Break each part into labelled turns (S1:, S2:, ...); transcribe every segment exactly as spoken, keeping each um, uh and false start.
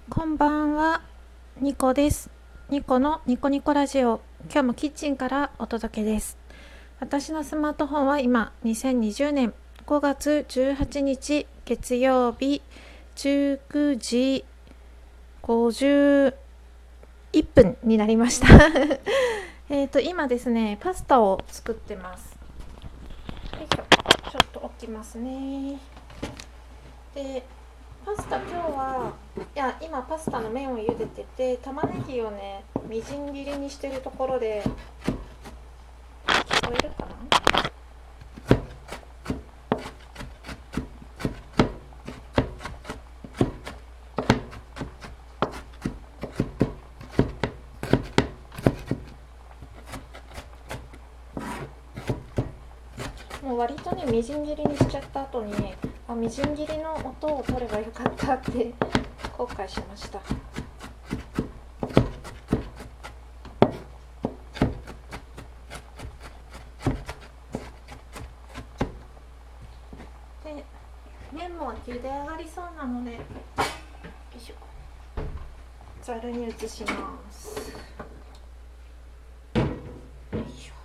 S1: こんばんは、ニコです。ニコのニコニコラジオ、今日もキッチンからお届けです。私のスマートフォンは今、にせんにじゅうねんごがつじゅうはちにち月曜日じゅうくじごじゅういっぷんになりましたえっと今ですね、パスタを作ってます。よいしょ、ちょっと置きますね。でパスタ今日はいや今パスタの麺を茹でてて、玉ねぎをねみじん切りにしてるところで、聞こえるかな。もう割とねみじん切りにしちゃった後に、あみじん切りの音を取ればよかったって後悔しました。で麺も茹で上がりそうなので、よいしょ、ざるに移します。よいしょ。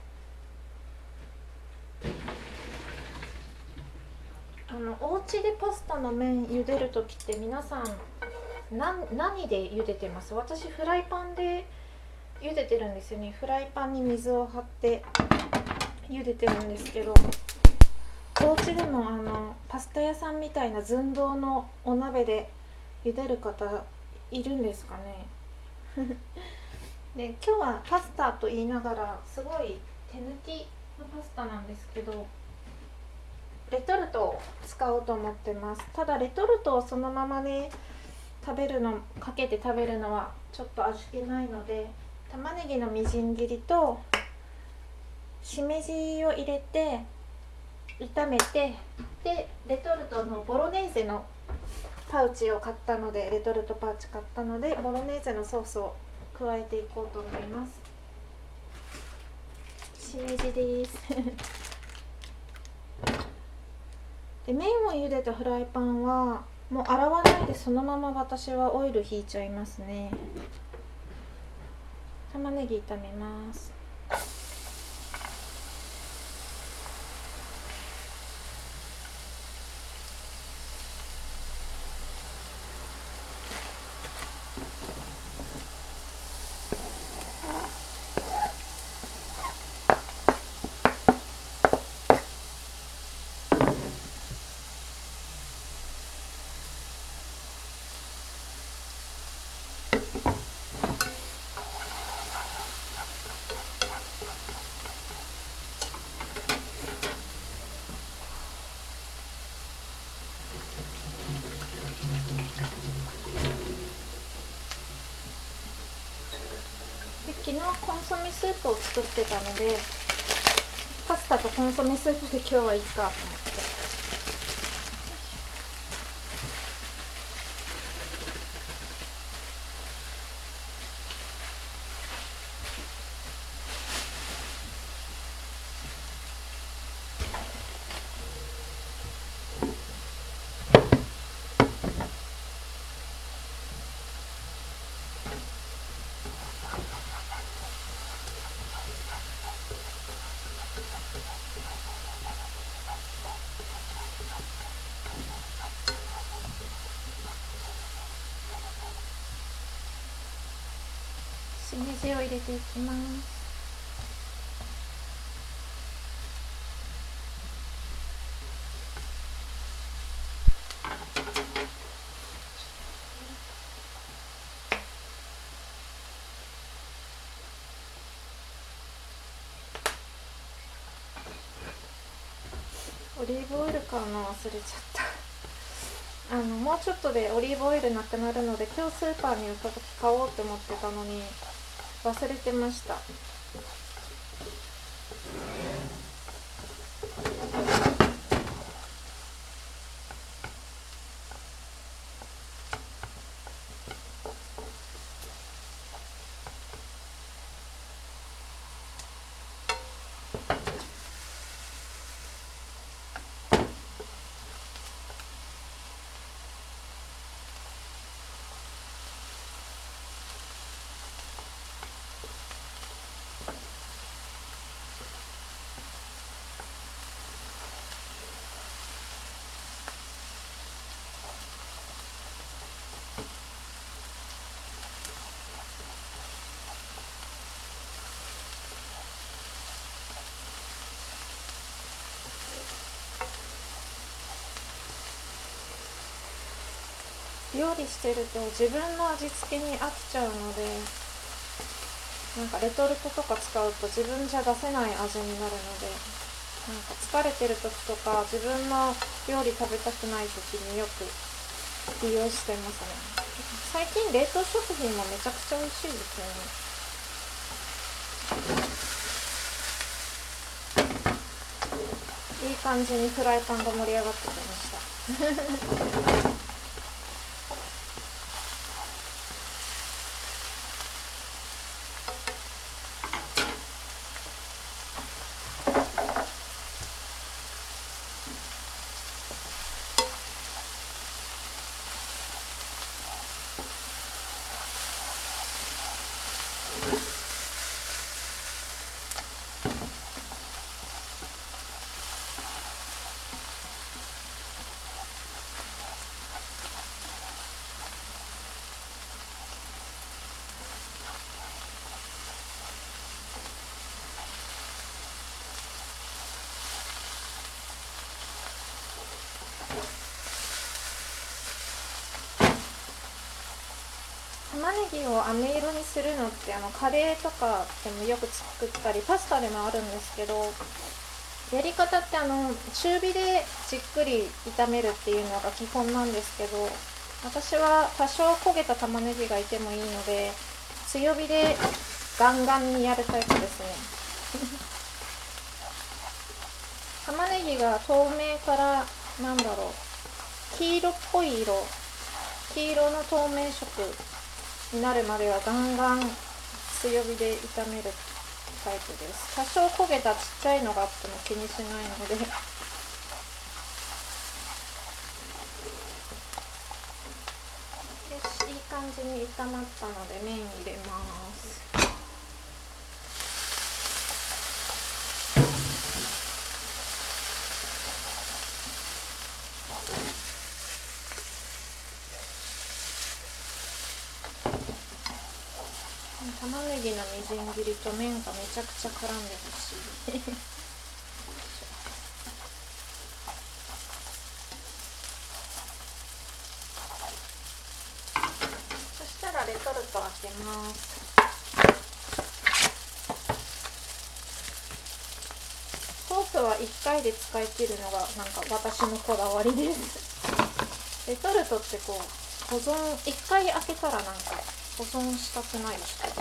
S1: あのお家でパスタの麺茹でるときって皆さん何何で茹でてます？私フライパンで茹でてるんですよね。フライパンに水を張って茹でてるんですけど、お家でもあのパスタ屋さんみたいな寸胴のお鍋で茹でる方いるんですかねで今日はパスタと言いながらすごい手抜きのパスタなんですけど、レトルトを使おうと思ってます。ただレトルトをそのままね食べるのかけて食べるのはちょっと味気ないので、玉ねぎのみじん切りとしめじを入れて炒めて、でレトルトのボロネーゼのパウチを買ったのでレトルトパウチ買ったのでボロネーゼのソースを加えていこうと思います。しめじですで麺を茹でたフライパンはもう洗わないでそのまま私はオイルひいちゃいますね。玉ねぎ炒めます。で昨日コンソメスープを作ってたので、パスタとコンソメスープで今日はいいかと思って。しめじを入れていきます。オリーブオイル買うの忘れちゃったあのもうちょっとでオリーブオイルなくなるので、今日スーパーに行った時買おうって思ってたのに忘れてました。 料理してると自分の味付けに合っちゃうので、なんかレトルトとか使うと自分じゃ出せない味になるので、なんか疲れてる時とか自分の料理食べたくない時によく利用してますね。最近冷凍食品もめちゃくちゃ美味しいですよね。いい感じにフライパンが盛り上がってきました。玉ねぎを飴色にするのってあのカレーとかでもよく作ったりパスタでもあるんですけど、やり方ってあの中火でじっくり炒めるっていうのが基本なんですけど、私は多少焦げた玉ねぎがいてもいいので強火でガンガンにやるタイプですね。玉ねぎが透明からなんだろう黄色っぽい色、黄色の透明色になるまではガンガン強火で炒めるタイプです。多少焦げたちっちゃいのがあっても気にしないので。よし、いい感じに炒まったので麺入れます。玉ねぎのみじん切りと麺がめちゃくちゃ絡んでほしい。そしたらレトルト開けます。ソースはいっかいで使い切るのがなんか私のこだわりです。レトルトってこう保存いっかい開けたらなんか保存したくないですか？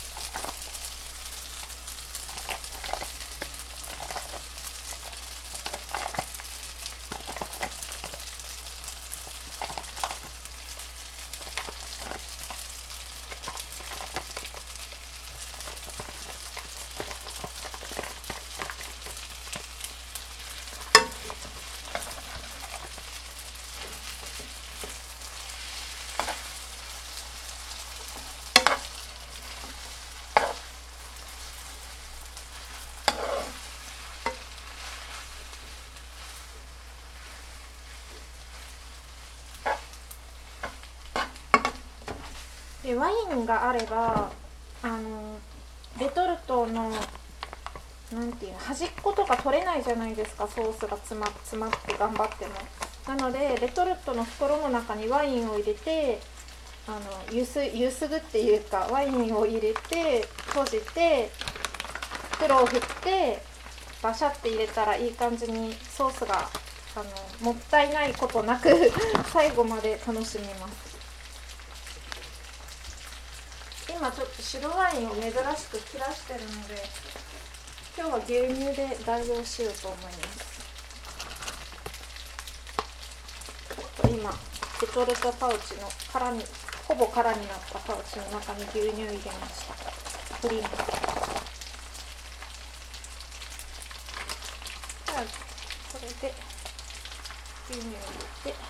S1: でワインがあればあのレトルトのなんていうの端っことか取れないじゃないですか、ソースが詰ま詰まって頑張っても。なのでレトルトの袋の中にワインを入れてあのゆすゆすぐっていうかワインを入れて閉じて袋を振ってバシャって入れたらいい感じにソースがあのもったいないことなく最後まで楽しみます。今ちょっと白ワインを珍しく切らしてるので今日は牛乳で代用しようと思います。今レトルトパウチの空にほぼ空になったパウチの中に牛乳入れました。クリーム。じゃあこれで牛乳入れて、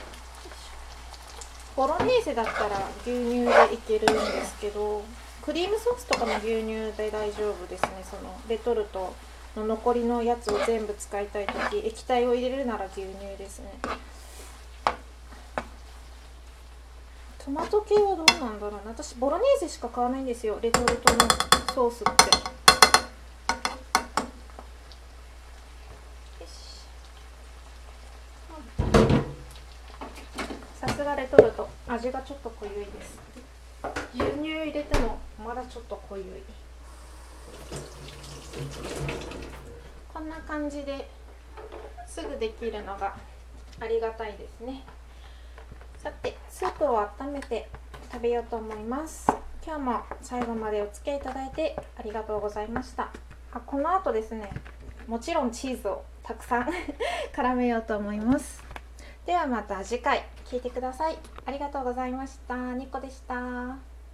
S1: ボロネーゼだったら牛乳でいけるんですけど、クリームソースとかも牛乳で大丈夫ですね。そのレトルトの残りのやつを全部使いたいとき、液体を入れるなら牛乳ですね。トマト系はどうなんだろうな。私ボロネーゼしか買わないんですよ、レトルトのソースって。さすがレトルト。 味がちょっと濃ゆいです。牛乳入れてもまだちょっと濃ゆい。こんな感じですぐできるのがありがたいですね。さてスープを温めて食べようと思います。今日も最後までお付き合いいただいてありがとうございました。あ、この後ですね、もちろんチーズをたくさん絡めようと思います。ではまた次回聞いてください。ありがとうございました。ニコでした。